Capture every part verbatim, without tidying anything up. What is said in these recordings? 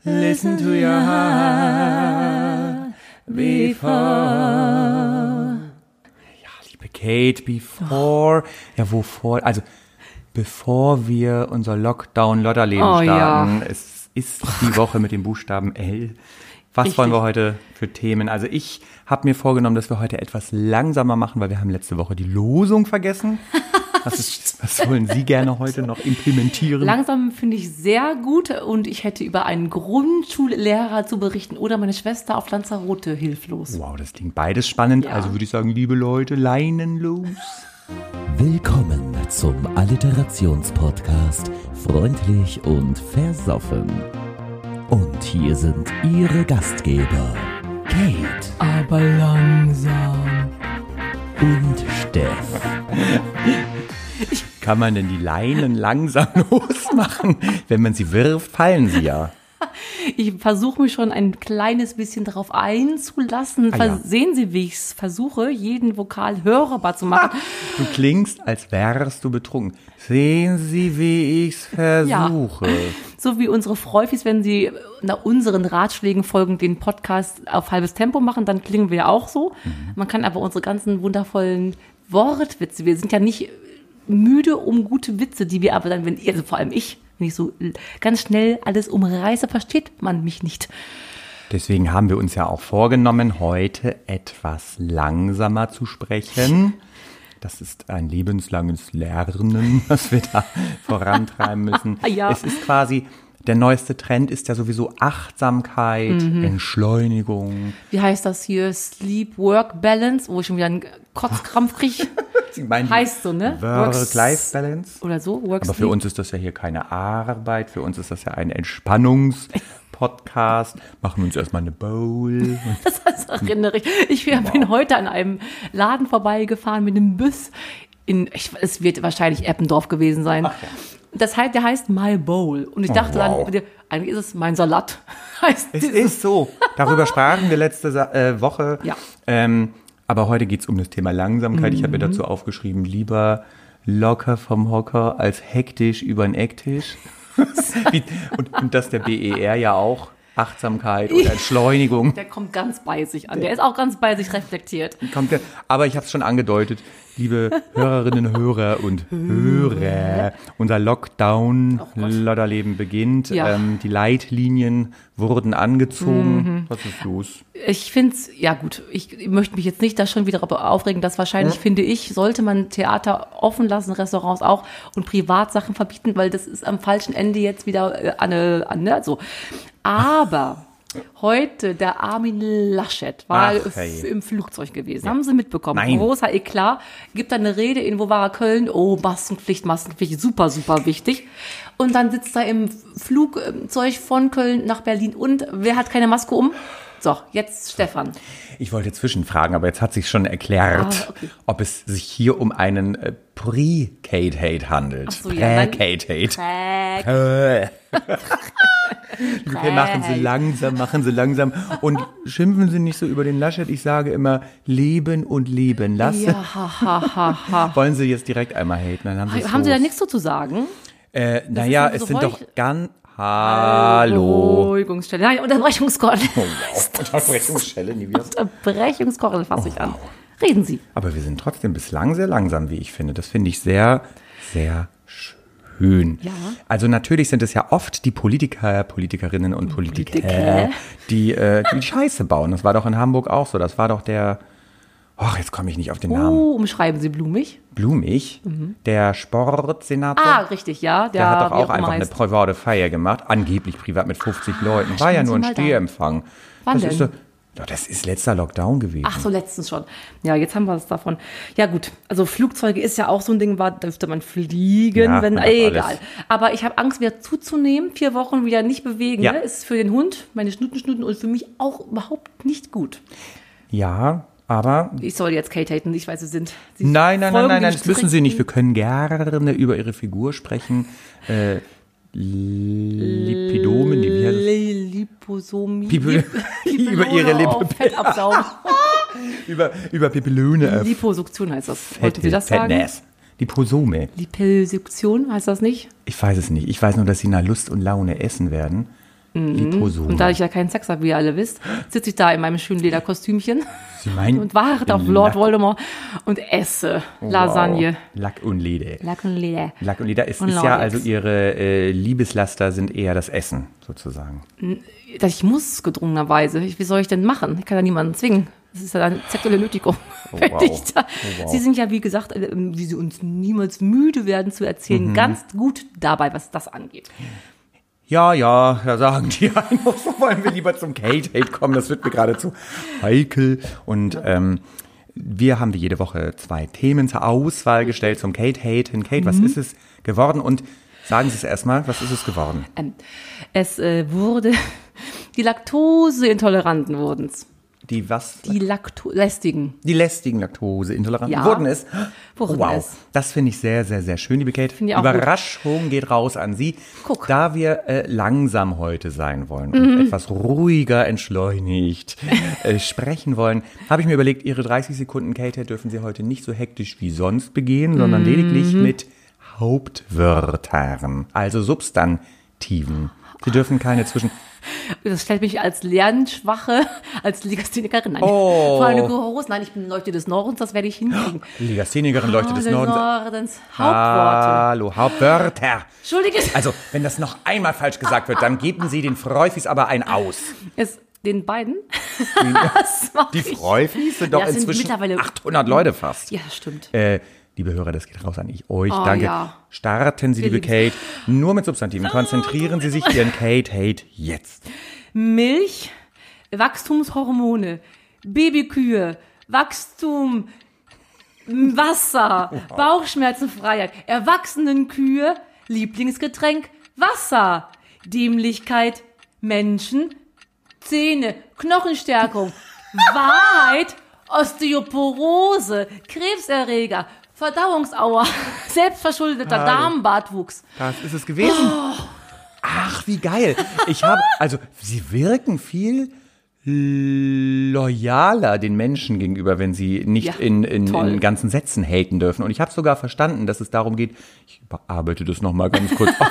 Listen to your heart before. Ja, liebe Kate, before. Ja, wovor? Also, bevor wir unser Lockdown-Lodderleben Oh, starten, ja. es ist die Woche mit dem Buchstaben L. Was Richtig. wollen wir heute für Themen? Also ich habe mir vorgenommen, dass wir heute etwas langsamer machen, weil wir haben letzte Woche die Losung vergessen. Was, ist, was wollen Sie gerne heute noch implementieren? Langsam finde ich sehr gut und ich hätte über einen Grundschullehrer zu berichten oder meine Schwester auf Lanzarote hilflos. Wow, das klingt beides spannend. Ja. Also würde ich sagen, liebe Leute, Leinen los. Willkommen zum Alliterationspodcast Freundlich und Versoffen. Und hier sind Ihre Gastgeber Kate Aber langsam. und Steff. Kann man denn die Leinen langsam losmachen? Wenn man sie wirft, fallen sie ja. Ich versuche mich schon ein kleines bisschen darauf einzulassen. Ah, ja. Sehen Sie, wie ich es versuche, jeden Vokal hörbar zu machen. Du klingst, als wärst du betrunken. Sehen Sie, wie ich's versuche. So wie unsere Freufis, wenn sie nach unseren Ratschlägen folgend den Podcast auf halbes Tempo machen, dann klingen wir ja auch so. Mhm. Man kann aber unsere ganzen wundervollen Wortwitze, wir sind ja nicht müde um gute Witze, die wir aber dann, wenn ihr, also vor allem ich, wenn ich so ganz schnell alles umreiße, versteht man mich nicht. Deswegen haben wir uns ja auch vorgenommen, heute etwas langsamer zu sprechen. Das ist ein lebenslanges Lernen, was wir da vorantreiben müssen. Ja. Es ist quasi, der neueste Trend ist ja sowieso Achtsamkeit, Entschleunigung. Wie heißt das hier? Sleep-Work-Balance, wo ich schon wieder einen Kotzkrampf kriege. Sie meinen Heißt so, ne? Works- Work-Life-Balance. Oder so, Work Aber für Sleep. uns ist das ja hier keine Arbeit, für uns ist das ja ein Entspannungspodcast. Machen wir uns erstmal eine Bowl. Das erinnere ich. Ich bin heute an einem Laden vorbeigefahren mit einem Bus. In, ich, es wird wahrscheinlich Eppendorf gewesen sein. Ach ja. Das heißt, der heißt My Bowl. Und ich dachte wow. dann, eigentlich ist es mein Salat. Heißt Es dieses- ist so. Darüber sprachen wir letzte Sa- äh, Woche. Ja. Ähm, aber heute geht's um das Thema Langsamkeit. Ich habe mir dazu aufgeschrieben, lieber locker vom Hocker als hektisch über den Ecktisch. Wie- und, und dass der B E R ja auch Achtsamkeit und Entschleunigung Der kommt ganz bei sich an. Der ist auch ganz bei sich reflektiert. kommt. Ja, aber ich habe es schon angedeutet, liebe Hörerinnen, Hörer und Hörer, unser Lockdown-Lodderleben beginnt. Ja. Ähm, die Leitlinien wurden angezogen. Was ist los? Ich finde es, ja gut, ich möchte mich jetzt nicht da schon wieder darüber aufregen, dass wahrscheinlich, finde ich, sollte man Theater offen lassen, Restaurants auch und Privatsachen verbieten, weil das ist am falschen Ende jetzt wieder äh, an, an ne, so. Aber heute, der Armin Laschet war Ach, f- hey. im Flugzeug gewesen. Haben Sie mitbekommen? Nein. Großer Eklat. Gibt da eine Rede in, wo war er, Köln? Oh, Maskenpflicht, Maskenpflicht, super, super wichtig. Und dann sitzt er im Flugzeug von Köln nach Berlin und wer hat keine Maske um? So, jetzt Stefan. Ich wollte zwischenfragen, aber jetzt hat sich schon erklärt, Ah, okay. ob es sich hier um einen äh, Pre-Kate-Hate handelt. Ach so, ja, dann- Prä-Kate-Hate. Crack. Okay, machen Sie langsam, machen Sie langsam. Und schimpfen Sie nicht so über den Laschet. Ich sage immer, leben und leben lassen. Ja, ha, ha, ha, ha. Wollen Sie jetzt direkt einmal haten? Dann haben, Sie's Haben Sie da los. nichts so zu sagen? Äh, naja, ist es so sind doch ruhig. ganz... Hallo. Beruhigungsstelle. Nein, Unterbrechungskorrel. Oh, wow. Unterbrechungsstelle, nie wieder. Unterbrechungskorrel fasse ich an. Reden Sie. Aber wir sind trotzdem bislang sehr langsam, wie ich finde. Das finde ich sehr, sehr schön. Ja. Also natürlich sind es ja oft die Politiker, Politikerinnen und Politiker, Politiker. die, äh, die Scheiße bauen. Das war doch in Hamburg auch so. Das war doch der, ach, jetzt komme ich nicht auf den Namen. Oh, umschreiben Sie blumig. Blumig, der Sportsenator. Ah, richtig, ja. Der hat doch wie auch einfach eine heißt. private Feier gemacht, angeblich privat mit fünfzig Leuten. War ja stimmt, nur ein Sie mal da. Stehempfang. Wann das denn? Ist so, ja, das ist letzter Lockdown gewesen. Ach so, letztens schon. Ja, jetzt haben wir es davon. Ja gut, also Flugzeuge ist ja auch so ein Ding, war, dürfte man fliegen, Ja, wenn, man darf egal. alles. Aber ich habe Angst, wieder zuzunehmen, vier Wochen wieder nicht bewegen. Ja. Ne? Ist für den Hund, meine Schnutten, Schnutten und für mich auch überhaupt nicht gut. Ja, aber Ich soll jetzt Kate haten, ich weiß, Sie sind. Sie Nein, nein, nein, folgen nein, nein, den das müssen Sie nicht. Wir strikten- können gerne über Ihre Figur sprechen. Äh, Lipidomen, nee, wie heißt es? Li- Liposomie. Pipi- über ihre Lippe. Lippe. Fett absaugen. Über, über Pipelone. Äh, Liposuktion heißt das. Wollten Sie Fett, das sagen? Fettnäs. Liposome. Liposuktion heißt das nicht? Ich weiß es nicht. Ich weiß nur, dass Sie nach Lust und Laune essen werden. Liposome. Und da ich ja keinen Sex habe, wie ihr alle wisst, sitze ich da in meinem schönen Lederkostümchen Sie meinen und warte auf in Lord Lack- Voldemort und esse Lasagne. Wow. Lack und Leder. Lack und Leder. Lack und Leder ist, Und ist ja Latex. also ihre äh, Liebeslaster sind eher das Essen sozusagen. Das Ich muss gedrungenerweise. Ich- Wie soll ich denn machen? Ich kann ja niemanden zwingen. Das ist ja eine sexuelle Nötigung. Oh, Wenn wow. ich da, Oh, wow. Sie sind ja, wie gesagt, äh, wie Sie uns niemals müde werden zu erzählen, Mhm. ganz gut dabei, was das angeht. Ja, ja, da sagen die einen, so wollen wir lieber zum Kate-Hate kommen, das wird mir geradezu heikel. Und ähm, wir haben wie jede Woche zwei Themen zur Auswahl gestellt zum Kate-Hate. Kate, was ist es geworden? Und sagen Sie es erstmal, was ist es geworden? Ähm, es äh, wurde, die Laktoseintoleranten wurden es. Die was? Die Lakto lästigen. Die lästigen Laktoseintoleranten Ja. wurden es. Wurden wow, es. das finde ich sehr, sehr, sehr schön, liebe Kate. Finde ich auch Überraschung geht raus an Sie. Guck. Da wir äh, langsam heute sein wollen Mhm. und etwas ruhiger, entschleunigt äh, sprechen wollen, habe ich mir überlegt, Ihre dreißig Sekunden Kate dürfen Sie heute nicht so hektisch wie sonst begehen, sondern Mhm. lediglich mit Hauptwörtern, also Substantiven. Sie dürfen keine zwischen... Das stellt mich als Lernschwache, als Legasthenikerin ein. Oh. Vor eine groß. Nein, ich bin Leuchte des Nordens, das werde ich hinkriegen. Legasthenikerin, Leuchte Oh, des Nordens. Nordens. Hauptworte. Hallo, Hauptwörter. Entschuldige. Also, wenn das noch einmal falsch gesagt wird, dann geben Sie den Freufis aber ein Aus. Es, den beiden? Das mach Die ich. Freufis sind doch Ja, es sind inzwischen mittlerweile- achthundert Leute fast. Ja, das stimmt. Äh, liebe Hörer, das geht raus an ich, euch. Oh, Danke. ja. Starten Sie, Wir liebe Kate, nur mit Substantiven. Konzentrieren Sie sich Ihren Kate-Hate jetzt. Milch, Wachstumshormone, Babykühe, Wachstum, Wasser, Bauchschmerzenfreiheit, Erwachsenenkühe, Lieblingsgetränk, Wasser, Dämlichkeit, Menschen, Zähne, Knochenstärkung, Wahrheit, Osteoporose, Krebserreger, Verdauungsauer, selbstverschuldeter Hallo. Darmbartwuchs. Das ist es gewesen. Ach, wie geil. Ich habe, also, Sie wirken viel loyaler den Menschen gegenüber, wenn sie nicht Ja, in, in, toll. in ganzen Sätzen haten dürfen. Und ich habe sogar verstanden, dass es darum geht, ich bearbeite das nochmal ganz kurz auf.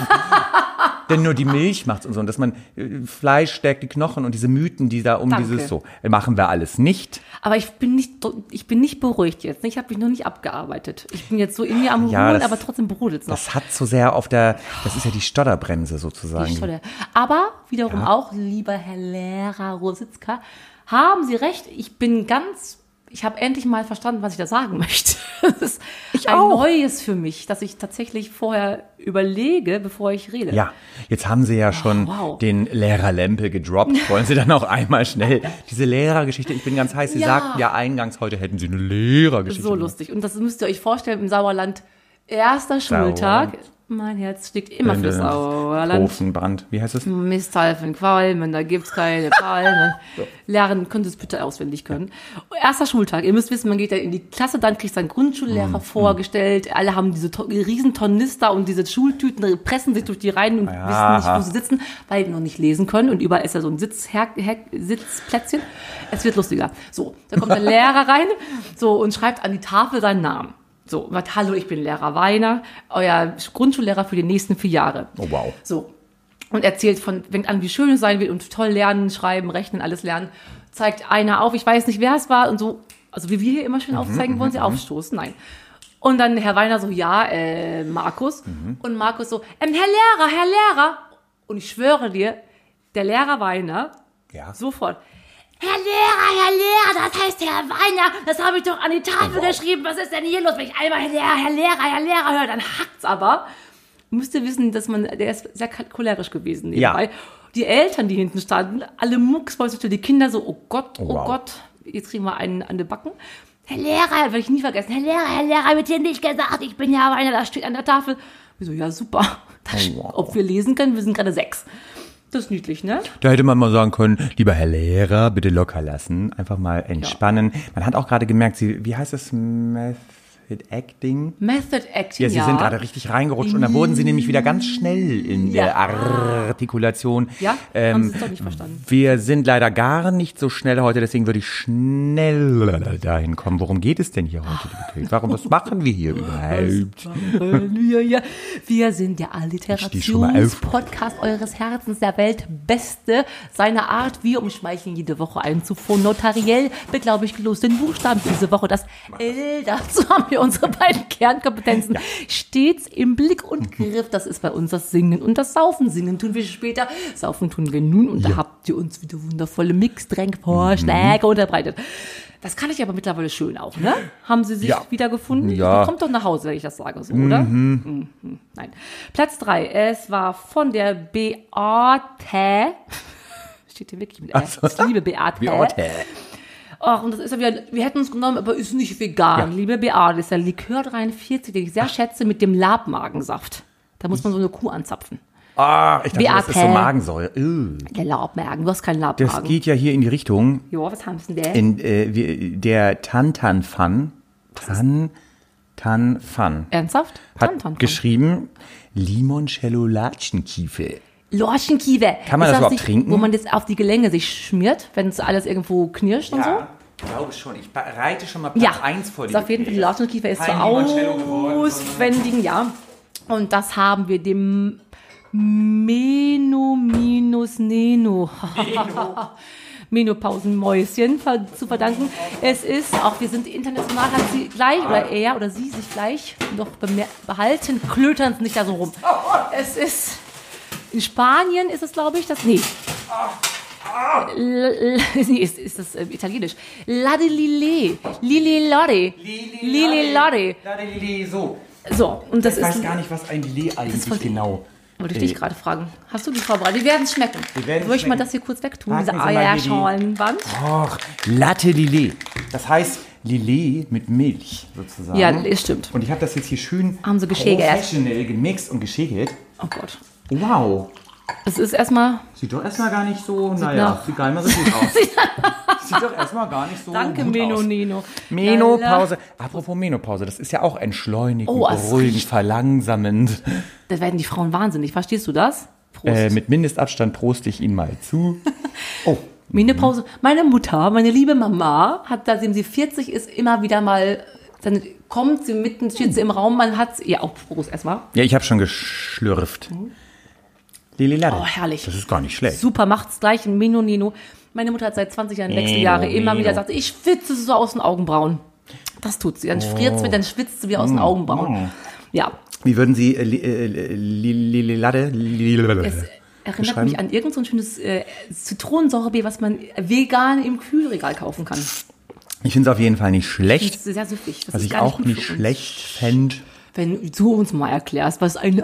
Denn nur die Milch macht's und so. Und dass man äh, Fleisch stärkt die Knochen und diese Mythen, die da um Danke. dieses so, machen wir alles nicht. Aber ich bin nicht, ich bin nicht beruhigt jetzt. Ich habe mich noch nicht abgearbeitet. Ich bin jetzt so in mir am Ja, Ruhen, das- aber trotzdem brodelt es noch. Das hat so sehr auf der, das ist ja die Stotterbremse sozusagen. Die Scholle. Aber wiederum auch, lieber Herr Lehrer Rositzka, haben Sie recht. Ich bin ganz, ich habe endlich mal verstanden, was ich da sagen möchte. Das ist Ich ein auch. Neues für mich, dass ich tatsächlich vorher überlege, bevor ich rede. Ja, jetzt haben Sie ja schon wow. den Lehrer Lempel gedroppt. Wollen Sie dann auch einmal schnell diese Lehrergeschichte? Ich bin ganz heiß. Sie Ja. sagten ja eingangs, heute hätten Sie eine Lehrergeschichte. So lustig. Und das müsst ihr euch vorstellen, im Sauerland, erster Schultag. Sauerland. Mein Herz schlägt immer für Sauerland. Sauerland. Ofenbrand. Wie heißt es? Misthaufen, Qualmen, da gibt's keine Palmen. Lernen, könnt ihr es bitte auswendig können. Erster Schultag, ihr müsst wissen, man geht ja in die Klasse, dann kriegt ein Grundschullehrer vorgestellt. Alle haben diese to- riesen Tornister und diese Schultüten, pressen sich durch die Reihen und Ja. wissen nicht, wo sie sitzen, weil die noch nicht lesen können. Und überall ist ja so ein Sitz, Her- Her- Sitzplätzchen. Es wird lustiger. So, da kommt der Lehrer rein so und schreibt an die Tafel seinen Namen. So, und sagt, hallo, ich bin Lehrer Weiner, euer Grundschullehrer für die nächsten vier Jahre. Oh, wow. So. Und erzählt von, fängt an, wie schön es sein wird und toll lernen, schreiben, rechnen, alles lernen. Zeigt einer auf, ich weiß nicht, wer es war und so. Also wie wir hier immer schön aufzeigen, wollen sie aufstoßen? Nein. Und dann Herr Weiner so, ja, äh, Markus. Und Markus so, ähm, Herr Lehrer, Herr Lehrer. Und ich schwöre dir, der Lehrer Weiner, Ja. sofort, Herr Lehrer, Herr Lehrer, das heißt Herr Weiner, das habe ich doch an die Tafel Oh, wow. geschrieben, was ist denn hier los? Wenn ich einmal Herr Lehrer, Herr Lehrer, Herr Lehrer höre, dann hackt's aber. Müsst ihr wissen, dass man, der ist sehr cholerisch gewesen nebenbei. Ja. Die Eltern, die hinten standen, alle mucksmäuschen, die Kinder so, oh Gott, oh, Oh, wow. Gott, jetzt kriegen wir einen an den Backen. Herr Lehrer, werde ich nie vergessen, Herr Lehrer, Herr Lehrer, wird hier nicht gesagt, ich bin Herr Weiner, das steht an der Tafel. Wir so, ja super, das, Oh, wow. ob wir lesen können, wir sind gerade sechs. Das ist niedlich, ne? Da hätte man mal sagen können, lieber Herr Lehrer, bitte locker lassen, einfach mal entspannen. Man hat auch gerade gemerkt, Sie, wie heißt es? Meth, Method Acting. Method Acting, Ja, Sie ja. sind gerade richtig reingerutscht und da wurden Sie nämlich wieder ganz schnell in Ja. der Artikulation. Ja, Ähm, haben Sie es doch nicht verstanden. Wir sind leider gar nicht so schnell heute, deswegen würde ich schneller dahin kommen. Worum geht es denn hier heute, liebe Kate? Warum, was machen wir hier überhaupt? Wir, ja. wir sind der steh schon mal auf. Alliterations-Podcast eures Herzens, der Weltbeste seiner Art. Wir umschmeicheln jede Woche einen zuvor notariell beglaubigt gelösten Buchstaben. Diese Woche das L. Dazu haben wir unsere beiden Kernkompetenzen stets im Blick und Griff. Das ist bei uns das Singen und das Saufen. Singen tun wir später, Saufen tun wir nun. Und da habt ihr uns wieder wundervolle Mixdrink-Vorschläge unterbreitet. Das kann ich aber mittlerweile schön auch, ne? Haben Sie sich Ja. wiedergefunden? Ja. Kommt doch nach Hause, wenn ich das sage, so, oder? Mhm. Nein. Platz drei. Es war von der Beate. Steht hier wirklich mit S. Ich liebe Beate. Beate. Ach, und das ist ja wieder, wir hätten uns genommen, aber ist nicht vegan. Ja. Liebe Beate, das ist der Likör dreiundvierzig, den ich sehr schätze, mit dem Labmagensaft. Da muss man so eine Kuh anzapfen. Ah, ich dachte, das ist so Beate. Magensäure. Uh. Der Labmagen, du hast keinen Das Labmagen. geht ja hier in die Richtung, Jo, was haben Sie denn der? in, äh, wir, der Tantan-Fan, Tan, Tan-Fan, Ernsthaft? hat Tantan. geschrieben, Limoncello-Latschenkiefer. Lorchenkiefer. Kann man Ist das überhaupt nicht, trinken? Wo man das auf die Gelänge sich schmiert, wenn es alles irgendwo knirscht und so? Ich glaube schon. Ich reite schon mal Ja, Platz eins vor ist auf jeden Fall, die Lorchenkiefer ist Kein zur Limoncello geworden, auswendigen, ja. Und das haben wir dem Meno minus Neno. Menopausenmäuschen ver- zu verdanken. Es ist, auch wir sind international, hat sie gleich, oder er oder sie sich gleich noch bemer- behalten, klötern Sie nicht da so rum. Es ist, in Spanien ist es, glaube ich, das, nee. L- L- nee, ist, ist das äh, italienisch. Lade Lille. Lille Lore. Lille Lore. Lili, so. So, und das Ich weiß ist, gar nicht, was ein Lillet eigentlich voll- genau. wollte ich dich gerade fragen. Hast du die vorbereitet? Wir werden es schmecken. Wir werden's Soll ich mal schmecken. das hier kurz wegtun, Packen diese Sie mal hier die- Eierschalenwand? Och, Latte Lillet. Das heißt Lillet mit Milch sozusagen. Ja, es stimmt. Und ich habe das jetzt hier schön Haben Sie geschägert. professionell gemixt und geschägert. Oh Gott. Wow. Es ist erstmal, Sieht doch erstmal gar nicht so, naja, nach- sieht gar nicht mal so gut aus. Sieht doch erstmal gar nicht so danke gut Meno aus. Nino. Menopause. Apropos Menopause, das ist ja auch entschleunigend, Oh, es beruhigend, riecht- verlangsamend. Da werden die Frauen wahnsinnig. Verstehst du das? Prost. Äh, mit Mindestabstand proste ich Ihnen mal zu. Oh, Menopause. Meine Mutter, meine liebe Mama, hat, seitdem sie vierzig ist, immer wieder mal, dann kommt sie mitten, steht sie im Raum, man hat, ja, auch Prost erstmal. ja, ich habe schon geschlürft. Lili Latte. Oh, herrlich. Das ist gar nicht schlecht. Super, macht's gleich in Meno Nino. Meine Mutter hat seit zwanzig Jahren Wechseljahre Meno, immer Meno. wieder gesagt, ich schwitze so aus den Augenbrauen. Das tut sie. Dann friert sie, dann schwitzt sie wieder aus den Augenbrauen. Ja, Wie würden Sie äh, Li- äh, Lili Latte? Lili es Latte erinnert beschreiben? mich an irgend so ein schönes äh, Zitronensäurebier, was man vegan im Kühlregal kaufen kann. Ich finde es auf jeden Fall nicht Das schlecht. ist sehr süffig. Das Was ist ich gar auch gut nicht für uns. schlecht fände. Wenn du uns mal erklärst, was eine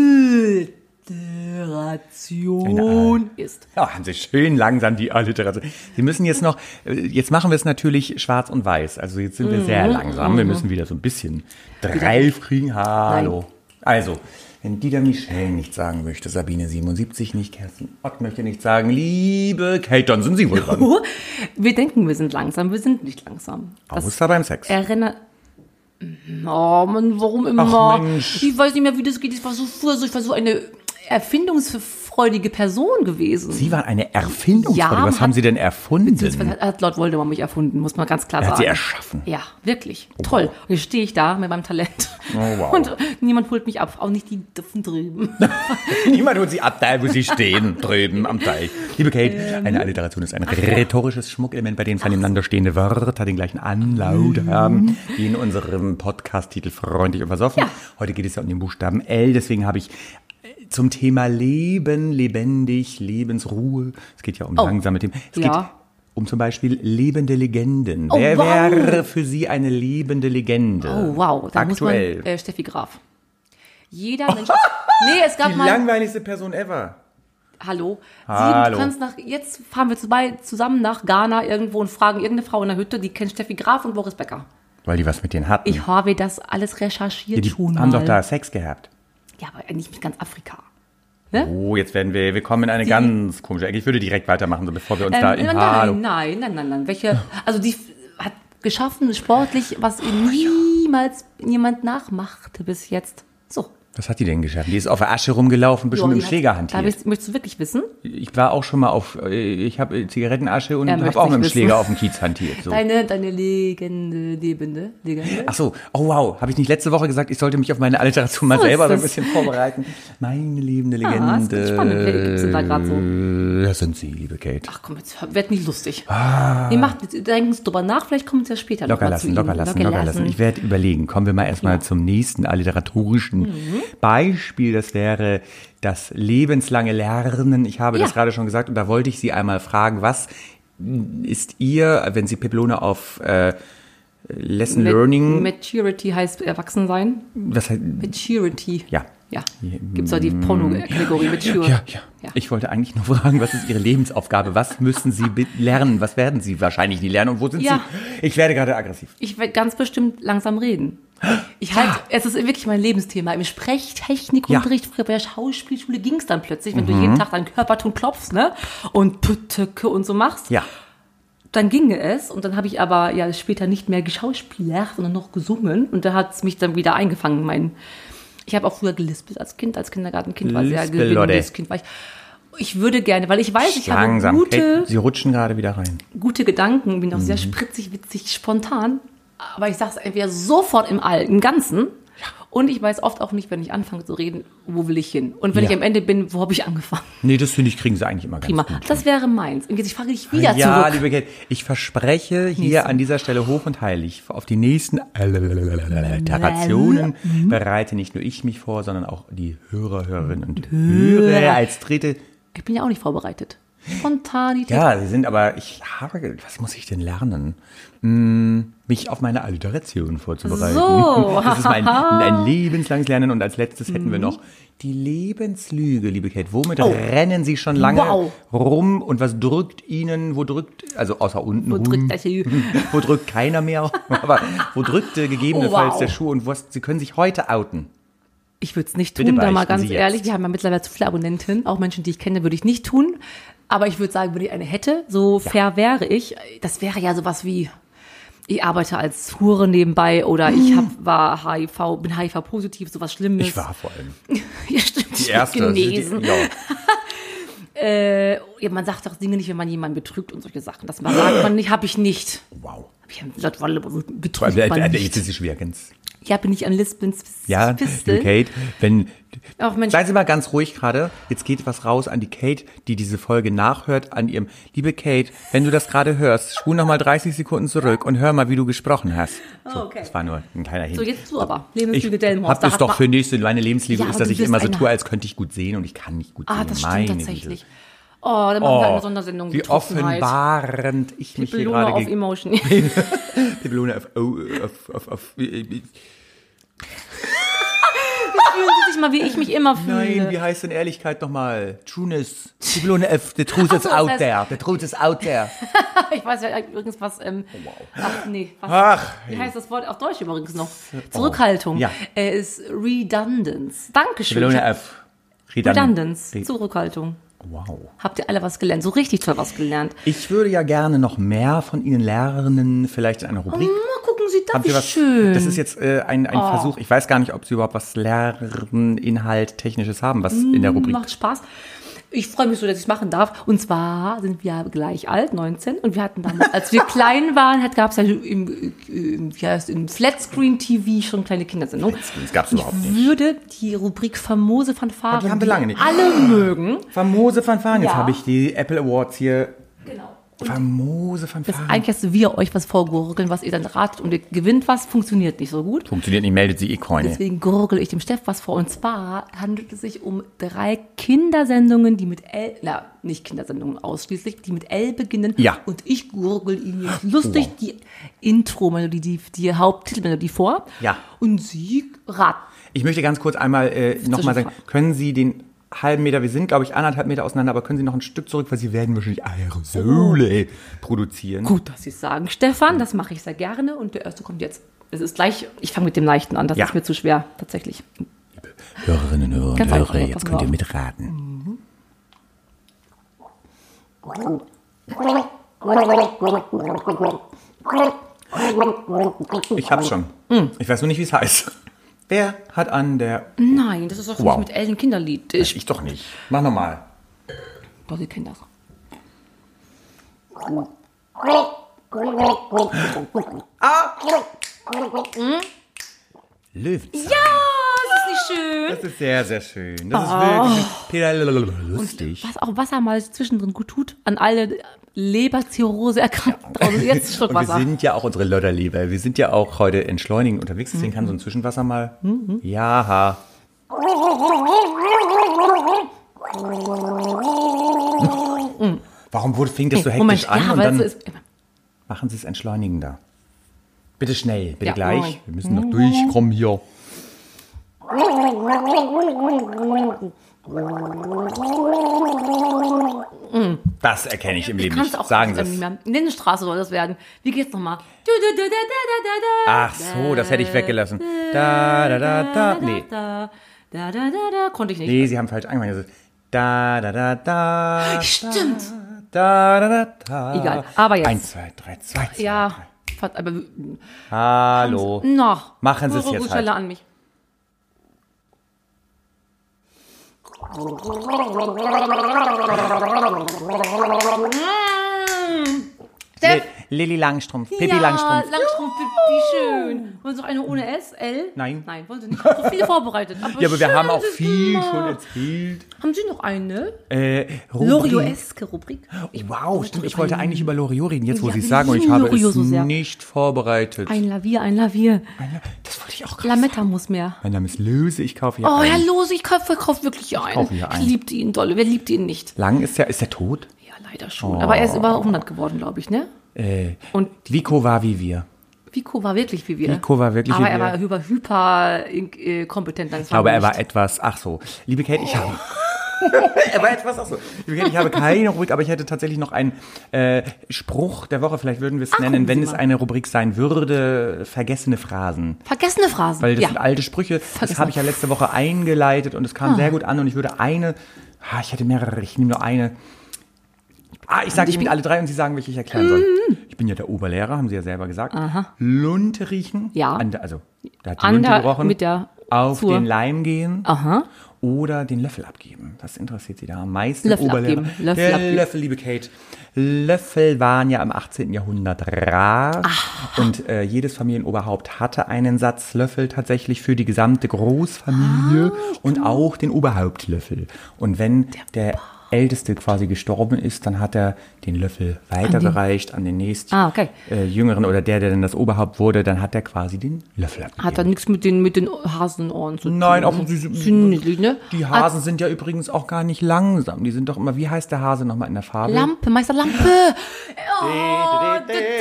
Alliteration ist. Ja, haben Sie schön langsam die Alliteration. Sie müssen jetzt noch, äh, jetzt machen wir es natürlich schwarz und weiß. Also jetzt sind wir Mhm. sehr langsam. Wir müssen wieder so ein bisschen drauf kriegen. Hallo. Also, wenn Dieter Michel nicht sagen möchte, Sabine siebenundsiebzig nicht, Kerstin Ott möchte nicht sagen, liebe Kate, dann sind Sie wohl dran. Wir denken, wir sind langsam, wir sind nicht langsam. Das Außer beim Sex. erinnert. Oh Mann, warum immer? Ach, Mensch. Ich weiß nicht mehr, wie das geht. Ich war so früher so, ich war so eine erfindungsfreudige Person gewesen. Sie waren eine Erfindungsfreude. Ja, Was hat- haben Sie denn erfunden? Das hat, hat Lord Voldemort mich erfunden, muss man ganz klar Er hat sagen. sie erschaffen. Ja, wirklich. Toll. Und jetzt stehe ich da mit meinem Talent. Oh, wow. Und niemand holt mich ab, auch nicht die Dürfen drüben. Niemand holt Sie ab, da wo Sie stehen, drüben am Teich. Liebe Kate, Ähm. eine Alliteration ist ein rhetorisches Schmuckelement, bei dem zwei nebeneinander stehende Wörter den gleichen Anlaut haben, wie in unserem Podcast-Titel Freundlich und versoffen. Ja. Heute geht es ja um den Buchstaben L, deswegen habe ich zum Thema Leben, lebendig, Lebensruhe, es geht ja um Oh. langsame Themen, es Ja. geht um zum Beispiel lebende Legenden. Oh, Wer wow. wäre für Sie eine lebende Legende? Oh, wow. Da Aktuell. muss man, äh, Steffi Graf. Jeder Mensch. Nee, es gab Die mal. langweiligste Person ever. Hallo. Hallo. Sie kannst nach, jetzt fahren wir zwei zusammen nach Ghana irgendwo und fragen irgendeine Frau in der Hütte, die kennt Steffi Graf und Boris Becker. Weil die was mit denen hatten. Ich habe das alles recherchiert Ja, die schon haben mal. doch da Sex gehabt. Ja, aber nicht mit ganz Afrika. Oh, jetzt werden wir, wir kommen in eine ganz komische Ecke. Ich würde direkt weitermachen, so bevor wir uns da in Ähm, nein, Hallo. nein, nein, nein, nein, nein. Welche, also die f- hat geschaffen, sportlich, was nie niemals jemand nachmachte bis jetzt. So. Was hat die denn geschafft? Die ist auf der Asche rumgelaufen, ein bisschen Jo, mit dem die Schläger hat- hantiert. Da willst, möchtest du wirklich wissen? Ich war auch schon mal auf, äh, ich habe Zigarettenasche und Er habe möchte auch mit dem nicht Schläger wissen. auf dem Kiez hantiert. So. Deine, deine Legende, Lebende, Legende. Ach so, oh wow, habe ich nicht letzte Woche gesagt, ich sollte mich auf meine Alliteration mal So ist selber so ein es. bisschen vorbereiten. Meine liebende Legende. Ah, ist ganz spannend. Wer gibt's denn da grad so? Das sind Sie, liebe Kate. Ach komm, jetzt wird nicht lustig. Nee, macht, denken Sie drüber nach, vielleicht kommt es ja später Locker noch mal lassen, zu locker Ihnen. lassen, locker lassen. Ich werde überlegen. Kommen wir mal erstmal zum nächsten alliteratorischen Mhm. Beispiel. Das wäre das lebenslange Lernen. Ich habe das Ja. gerade schon gesagt und da wollte ich Sie einmal fragen, was ist Ihr, wenn Sie Peplone auf äh, Lesson Mat- Learning, Maturity heißt Erwachsensein. was heißt, Maturity. ja. Ja. Gibt's da die Porno-Kategorie Mature? Ja, ja, Ja. Ich wollte eigentlich nur fragen, was ist Ihre Lebensaufgabe? Was müssen Sie be- lernen? Was werden Sie wahrscheinlich nie lernen? Und wo sind Ja. Sie? Ich werde gerade aggressiv. Ich werde ganz bestimmt langsam reden. Ich halt, es ist wirklich mein Lebensthema. Im Sprechtechnikunterricht, früher bei der Schauspielschule ging es dann plötzlich, wenn Mhm. du jeden Tag deinen Körperton klopfst, ne? Und Püttöcke und so machst. Ja. Dann ginge es und dann habe ich aber ja später nicht mehr geschauspielert, sondern noch gesungen und da hat es mich dann wieder eingefangen. Mein, ich habe auch früher gelispelt als Kind, als Kindergartenkind war sehr Lispel, gewinnendes Leute. Kind. War ich, ich würde gerne, weil ich weiß, ich Langsam. habe gute, Kate, Sie rutschen gerade wieder rein. gute Gedanken, bin auch Mhm. sehr spritzig, witzig, spontan, aber ich sage es entweder sofort im All, im Ganzen und ich weiß oft auch nicht, wenn ich anfange zu reden, wo will ich hin und wenn Ja. ich am Ende bin, wo habe ich angefangen? Nee, das finde ich, kriegen Sie eigentlich immer ganz Prima, gut. das wäre meins. Und jetzt frage ich wieder Ja, zurück. liebe Kate, ich verspreche hier Nächste. an dieser Stelle hoch und heilig, auf die nächsten Alliterationen bereite nicht nur ich mich vor, sondern auch die Hörer, Hörerinnen und Hörer als dritte. Ich bin ja auch nicht vorbereitet. Spontanität. Ja, Sie sind aber, ich habe, was muss ich denn lernen? Hm, mich auf meine Alliteration vorzubereiten. So. Das ist mein, ein lebenslanges Lernen. Und als letztes hätten wir noch die Lebenslüge, liebe Kate. Womit Oh. rennen Sie schon lange Wow. rum und was drückt Ihnen, wo drückt, also außer unten Wo rum, drückt das hier? wo drückt keiner mehr, aber wo drückte gegebenenfalls Oh, wow. der Schuh und was, Sie können sich heute outen. Ich würde es nicht Bitte tun, da mal beichten ganz Sie jetzt. ehrlich. Wir haben ja mittlerweile zu viele Abonnentinnen. Auch Menschen, die ich kenne, würde ich nicht tun. Aber ich würde sagen, wenn ich eine hätte, so fair wäre ich. Das wäre ja sowas wie, ich arbeite als Hure nebenbei oder ich hab, war H I V, bin H I V-positiv, sowas Schlimmes. Ich war vor allem Ja, stimmt. die erste. Genesen. Die, ja. Äh, ja, man sagt doch Dinge nicht, wenn man jemanden betrügt und solche Sachen. Das sagt man nicht, habe ich nicht. Wow. Hab ich gesagt, Walle, Vor betrügt allem, man äh, äh, nicht. Jetzt ist es schwer, ganz. Ja, bin ich an Lispens Ja, Pistel. liebe Kate, wenn, Ach Mensch, seien Sie mal ganz ruhig gerade. Jetzt geht was raus an die Kate, die diese Folge nachhört, an ihrem, liebe Kate, wenn du das gerade hörst, spul noch mal dreißig Sekunden zurück und hör mal, wie du gesprochen hast. So, okay. Das war nur ein kleiner Hint. so jetzt du aber. Ich Lebenslüge Delmenhorst. hab Da das hat doch man- für nächste, meine Lebensliebe Ja, ist, aber dass du ich bist immer so einer- tue, als könnte ich gut sehen und ich kann nicht gut Ah, sehen. das Meine stimmt Güte. tatsächlich. Oh, dann machen wir eine Sondersendung. Wie Betroffenheit. offenbarend ich mich hier Pipelone gerade auf gegen Emotion. Pipelone auf, oh, auf, auf, auf, Fühlen Sie sich mal, wie ich mich immer fühle. Nein, wie heißt denn Ehrlichkeit nochmal? Trueness. Pipelone F, the truth is Ach so, out das heißt- there. The truth is out there. Ich weiß ja übrigens, was, ähm, ach nee, was, Ach, wie heißt das Wort auf Deutsch übrigens noch? Zurückhaltung. Ja. Äh, ist Redundance. Dankeschön. Pipelone F. Redundance. Redund- Zurückhaltung. Wow. Habt ihr alle was gelernt? So richtig toll was gelernt. Ich würde ja gerne noch mehr von Ihnen lernen, vielleicht in einer Rubrik. Mal gucken Sie, Haben das Sie ist was? schön. Das ist jetzt äh, ein, ein Versuch. Ich weiß gar nicht, ob Sie überhaupt was Lerninhalt Technisches haben, was in der Rubrik. Macht Spaß. Ich freue mich so, dass ich es machen darf. Und zwar sind wir gleich alt, neunzehn. Und wir hatten damals, als wir klein waren, gab es ja im, im, wie heißt, im Flatscreen-T V schon kleine Kindersendung. Das gab's Und überhaupt ich nicht. würde die Rubrik famose Fanfaren, Die haben wir lange nicht. alle mögen. Famose Fanfaren. Jetzt Ja. habe ich die Apple Awards hier. Genau. Famose Das Fanfaren. eigentlich, dass wir euch was vorgurgeln, was ihr dann ratet und ihr gewinnt was, funktioniert nicht so gut. Funktioniert nicht, meldet sie E-Coin. Deswegen gurgel ich dem Steff was vor. Und zwar handelt es sich um drei Kindersendungen, die mit L, na, nicht Kindersendungen ausschließlich, die mit L beginnen. Ja. Und ich gurgel Ihnen jetzt lustig Wow. die Intro-Melodie, die, die Haupttitelmelodie vor. Ja. Und Sie raten. Ich möchte ganz kurz einmal äh, nochmal sagen, Zwischenfrage. können Sie den halben Meter, wir sind glaube ich anderthalb Meter auseinander, aber können Sie noch ein Stück zurück, weil Sie werden wahrscheinlich Aerosole produzieren. Gut, dass Sie es sagen, Stefan, das mache ich sehr gerne. Und der erste kommt jetzt. Es ist gleich, ich fange mit dem Leichten an, das Ja. ist mir zu schwer, tatsächlich. Hörerinnen, Hörer und Ganz einfach, Hörer, pass jetzt mal könnt ihr auf. mitraten. Ich hab's schon. Mm. Ich weiß nur nicht, wie es heißt. Wer hat an der... Nein, das ist doch Wow. nicht mit Ellen Kinderlied. Ich, ich doch nicht. Mach nochmal. Doch, Sie kennen das. Löwenzahn. Ja, das ist nicht schön. Das ist sehr, sehr schön. Das ist wirklich Peter lustig. Was auch Wasser mal zwischendrin gut tut, an alle Leberzirrhose erkrankten Frauen. Also jetzt ein Schluck Und wir Wasser. sind ja auch unsere Lodderleber. Wir sind ja auch heute entschleunigend unterwegs. Deswegen kann so ein Zwischenwasser mal... Mhm. Ja. Warum wurde, fing das so hektisch Moment, an? ja, Und weil dann so ist, machen Sie es entschleunigender. Bitte schnell, bitte Ja, gleich. Moment. Wir müssen noch durchkommen hier. Das erkenne ich im Leben kannst nicht. auch Sagen Sie nicht es. mehr. Lindenstraße soll das werden. Wie geht's nochmal? Ach so, das hätte ich weggelassen. Da, da, da, da. Nee, Da, da, da, da, da. Konnte ich nicht. nee, Sie haben falsch angefangen. Das ist da, da, da, da. Stimmt. Da, da, da, da. Egal, aber jetzt. Eins, zwei, drei, zwei, zwei, Ja, drei. fast, aber Hallo. noch. Machen Sie es jetzt schneller halt. an mich. Li- Lilly Langstrumpf, Pippi ja, Langstrumpf. Langstrumpf, wie schön. Wollen Sie noch eine ohne S, L? Nein. Nein, wollen Sie nicht. Ich habe so viel vorbereitet. Aber Ja, aber wir schön, haben auch dass Sie viel mal- schon erzählt. Haben Sie noch eine? Äh, Rubrik- Lorioeske Rubrik? Ich Wow, stimmt. Ich wollte eigentlich über Loriot reden, jetzt wo Ja, Sie es wir sagen, und ich lieben habe Loriot es so sehr. nicht vorbereitet. Ein Lavier, ein Lavier. Das wollte ich auch gerade Lametta sagen. muss mehr. Mein Name ist Löse, ich kaufe hier Oh, ein. Herr Lose, ich kaufe, kaufe wirklich ein. kaufe hier ein. Ich liebte ihn dolle. Wer liebt ihn nicht? Lang ist der, ist der tot? Ja, leider schon. Aber er ist über hundert geworden, glaube ich, ne? Äh, Und Vico war wie wir. Vico war wirklich wie wir. Vico war wirklich Aber wie er wir. war hyper, hyper äh, kompetent. Ich glaube, er war etwas, ach so. Liebe Kate, ich habe... er war etwas, ach so. Liebe Kate, ich habe keine Rubrik, aber ich hätte tatsächlich noch einen äh, Spruch der Woche, vielleicht würden wir es Ach, nennen, gucken wenn Sie es mal. eine Rubrik sein würde, vergessene Phrasen. Vergessene Phrasen. Weil das ja. sind alte Sprüche, das Vergessene habe ich ja letzte Woche eingeleitet und es kam sehr gut an und ich würde eine, ah, ich hätte mehrere, ich nehme nur eine. Ah, ich sage Ihnen alle drei und Sie sagen, welche ich erklären soll. Ich bin ja der Oberlehrer, haben Sie ja selber gesagt. Aha. Lunte riechen. Ja. An der, also, da hat die An Lunte der- gerochen. mit der auf zur- den Leim gehen. Aha. Oder den Löffel abgeben. Das interessiert Sie da am meisten. Löffel Oberlehrer. abgeben, Löffel der abgeben. Löffel, liebe Kate. Löffel waren ja im achtzehnten Jahrhundert rar. Und äh, jedes Familienoberhaupt hatte einen Satz Löffel tatsächlich für die gesamte Großfamilie Ah, und auch den Oberhauptlöffel. Und wenn der, Älteste quasi gestorben ist, dann hat er den Löffel weitergereicht an den nächsten Ah, okay. äh, Jüngeren oder der, der dann das Oberhaupt wurde, dann hat er quasi den Löffel abgegeben. Hat da nichts mit den, mit den Hasenohren zu tun. Nein, auch ne? sie, Sind niedlich, ne? Die Hasen sind ja übrigens auch gar nicht langsam. Die sind doch immer, wie heißt der Hase nochmal in der Fabel? Lampe, Meister Lampe. Oh,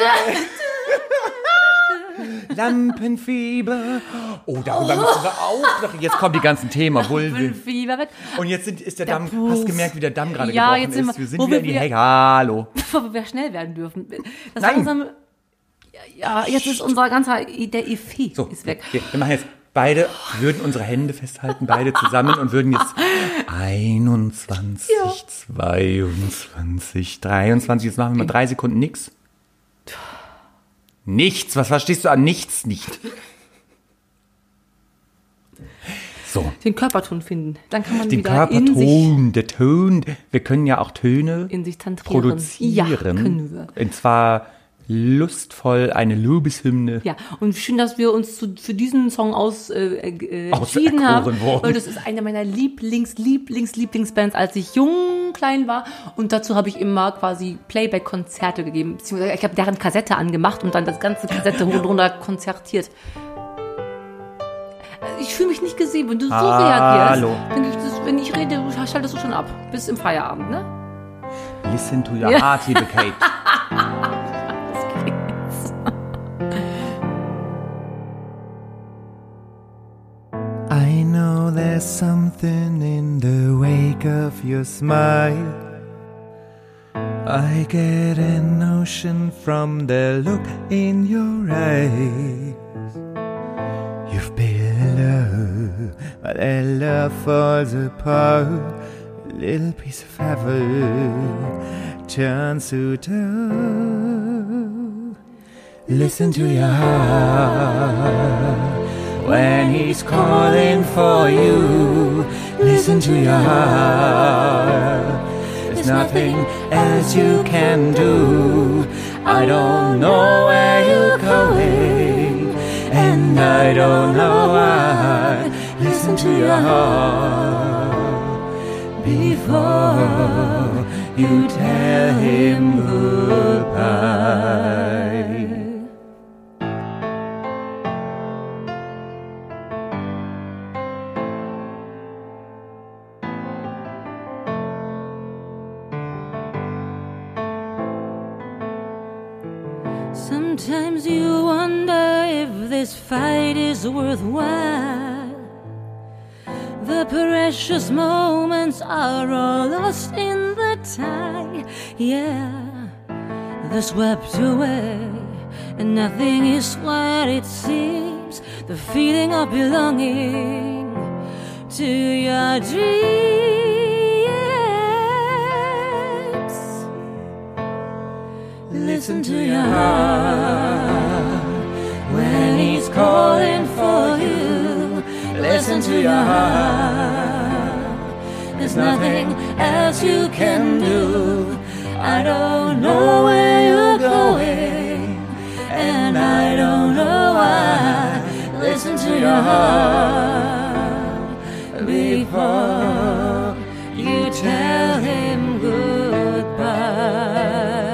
Lampenfieber. Oh, darüber müssen wir auch noch. Jetzt kommen die ganzen Themen, obwohl wir, Fieber weg. und jetzt sind, ist der, Der Damm, Puff. hast gemerkt, wie der Damm gerade Ja, gebrochen jetzt sind ist. wir- Wir sind wo wieder wir in die wieder- Hecke. Hallo. Bevor wir schnell werden dürfen. Das Nein. langsam, ja, jetzt ist unser ganzer, der Effet So, ist weg. Wir, wir machen jetzt beide, würden unsere Hände festhalten, beide zusammen und würden jetzt einundzwanzig, Ja. zweiundzwanzig, dreiundzwanzig, jetzt machen wir mal drei Sekunden nix. Nichts, was verstehst du an nichts nicht? So, Den Körperton finden. Dann kann man den wieder in sich, Körperton, der Ton, wir können ja auch Töne in sich tantrieren. produzieren. Ja, können wir. Und zwar lustvoll, eine Lobeshymne. Ja, und schön, dass wir uns zu, für diesen Song aus, äh, äh, Auserkoren entschieden haben, wurden. weil das ist eine meiner Lieblings, Lieblings, Lieblingsbands, als ich jung, klein war. Und dazu habe ich immer quasi Playback-Konzerte gegeben. Beziehungsweise ich habe deren Kassette angemacht und dann das ganze Kassette hoch und runter konzertiert. Ich fühle mich nicht gesehen, wenn du so Hallo. reagierst. Wenn ich, das, wenn ich rede, schaltest du schon ab. Bis im Feierabend, ne? Listen to your Ja. heart, liebe Kate. I know there's something in the wake of your smile. I get a notion from the look in your eyes. You've been low, but that love falls apart. A little piece of heaven turns to dough. Listen to your heart when he's calling for you. Listen to your heart. There's nothing else you can do. I don't know where you're going, and I don't know why. Listen to your heart before you tell him goodbye. Sometimes you wonder if this fight is worthwhile. The precious moments are all lost in the tide. Yeah, they're swept away, and nothing is what it seems. The feeling of belonging to your dreams. Listen to your heart when he's calling for you. Listen to your heart. There's nothing else you can do. I don't know where you're going, and I don't know why. Listen to your heart before you tell him goodbye.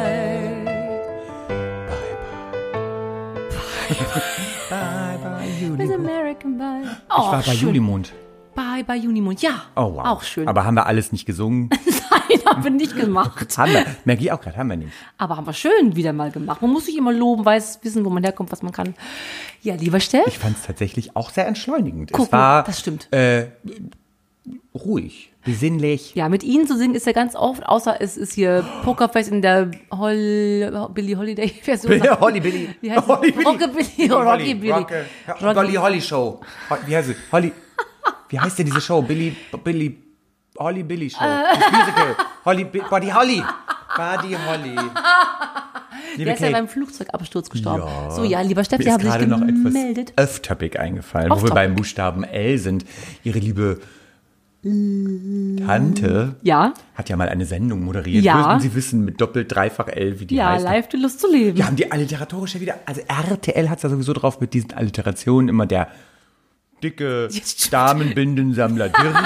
Bye, bye, Das Junimond. American Bye. Ich war bei schön. Junimond. Bye, bye, Junimond. Ja, Oh, wow. auch schön. Aber haben wir alles nicht gesungen? Nein, haben wir nicht gemacht. Haben wir. Merke ich auch gerade, haben wir nicht. Aber haben wir schön wieder mal gemacht. Man muss sich immer loben, weiß, wissen, wo man herkommt, was man kann. Ja, lieber Steff. Ich fand es tatsächlich auch sehr entschleunigend. Guck es war, mal, das stimmt. Äh, ruhig, besinnlich. Ja, mit Ihnen zu singen ist ja ganz oft, außer es ist hier Pokerface in der Hol Billie Holiday Version. Holly Billy. Wie heißt Holly es? Rockabilly, Rocky Billy. Rocke, Dolly Holly Show. Wie heißt sie? Holly. Wie heißt denn diese Show? Billy, Billy, Holly Billy Show. Das Musical. Holly, Buddy Holly. Buddy Holly. Liebe Der ist ja Kate, beim Flugzeugabsturz gestorben. Ja. So, ja, lieber Steff, mir Sie ist haben sich gerade noch etwas gemeldet. Off-Topic eingefallen, wo wir Off-Topic. beim Buchstaben L sind. Ihre liebe Tante Ja, hat ja mal eine Sendung moderiert. Ja. Würden Sie wissen, mit doppelt, dreifach L, wie die ja, heißt. live die Lust zu leben. Ja, haben die alliteratorische wieder, also R T L hat es ja sowieso drauf mit diesen Alliterationen, immer der dicke Jetzt stimmt. Damenbindensammler Dirk.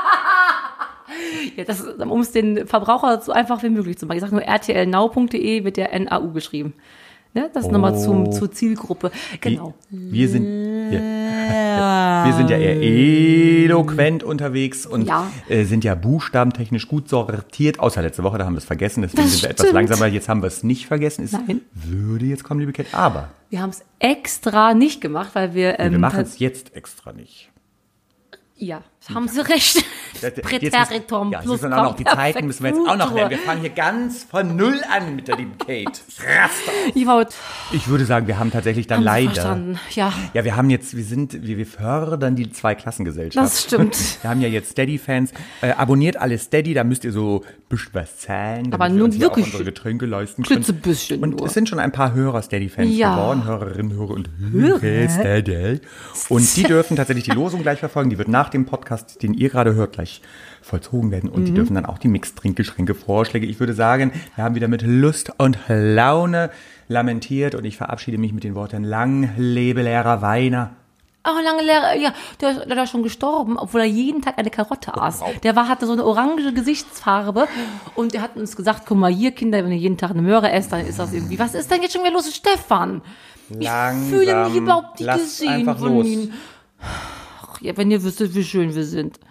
Ja, das ist, um es den Verbraucher so einfach wie möglich zu machen. Ich sage nur r t l now punkt d e wird der N A U geschrieben. Ne? Das ist nochmal zum, zur Zielgruppe. Genau. Wir sind, wir, wir sind ja eher eloquent unterwegs und Ja. äh, sind ja buchstabentechnisch gut sortiert, außer letzte Woche, da haben wir es vergessen, deswegen Das sind wir etwas stimmt. langsamer. Jetzt haben wir es nicht vergessen. Es Nein. würde jetzt kommen, liebe Kate, aber Wir haben es extra nicht gemacht, weil wir... Ähm, wir machen tats- es jetzt extra nicht. Ja, haben Sie recht. Jetzt müssen- Präteritum ja, plus müssen auch noch die Zeiten müssen wir jetzt auch noch Perfektur. lernen. Wir fangen hier ganz von Null an mit der lieben Kate. Raster. Ich war heute Ich würde sagen, wir haben tatsächlich dann haben Sie leider. verstanden. Ja, Ja, wir haben jetzt, wir sind, wir, wir fördern die Zweiklassengesellschaft. das stimmt. Wir haben ja jetzt Steady-Fans. Äh, abonniert alle Steady, da müsst ihr so ein bisschen was zahlen, damit Aber wir nur uns hier wirklich auch unsere Getränke leisten können. klitzebüsschen Und nur. es sind schon ein paar Hörer Steady-Fans Ja. geworden, Hörerinnen, Hörer und Hörer Steady. Und die dürfen tatsächlich die Losung gleich verfolgen. Die wird nach dem Podcast, den ihr gerade hört, gleich vollzogen werden. Und die dürfen dann auch die Mixtrinkgeschränke Vorschläge. Ich würde sagen, wir haben wieder mit Lust und Laune lamentiert. Und ich verabschiede mich mit den Worten: Lang lebe Lehrer Weiner. Oh, lange Lehrer, ja, der, der ist schon gestorben, obwohl er jeden Tag eine Karotte aß. Der war, hatte so eine orange Gesichtsfarbe und er hat uns gesagt, guck mal hier, Kinder, wenn ihr jeden Tag eine Möhre esst, dann ist das irgendwie, was ist denn jetzt schon wieder los, Stefan? Ich Langsam, fühle mich überhaupt nicht lass gesehen einfach von los. Ihnen. Ach, ja, wenn ihr wüsstet, wie schön wir sind.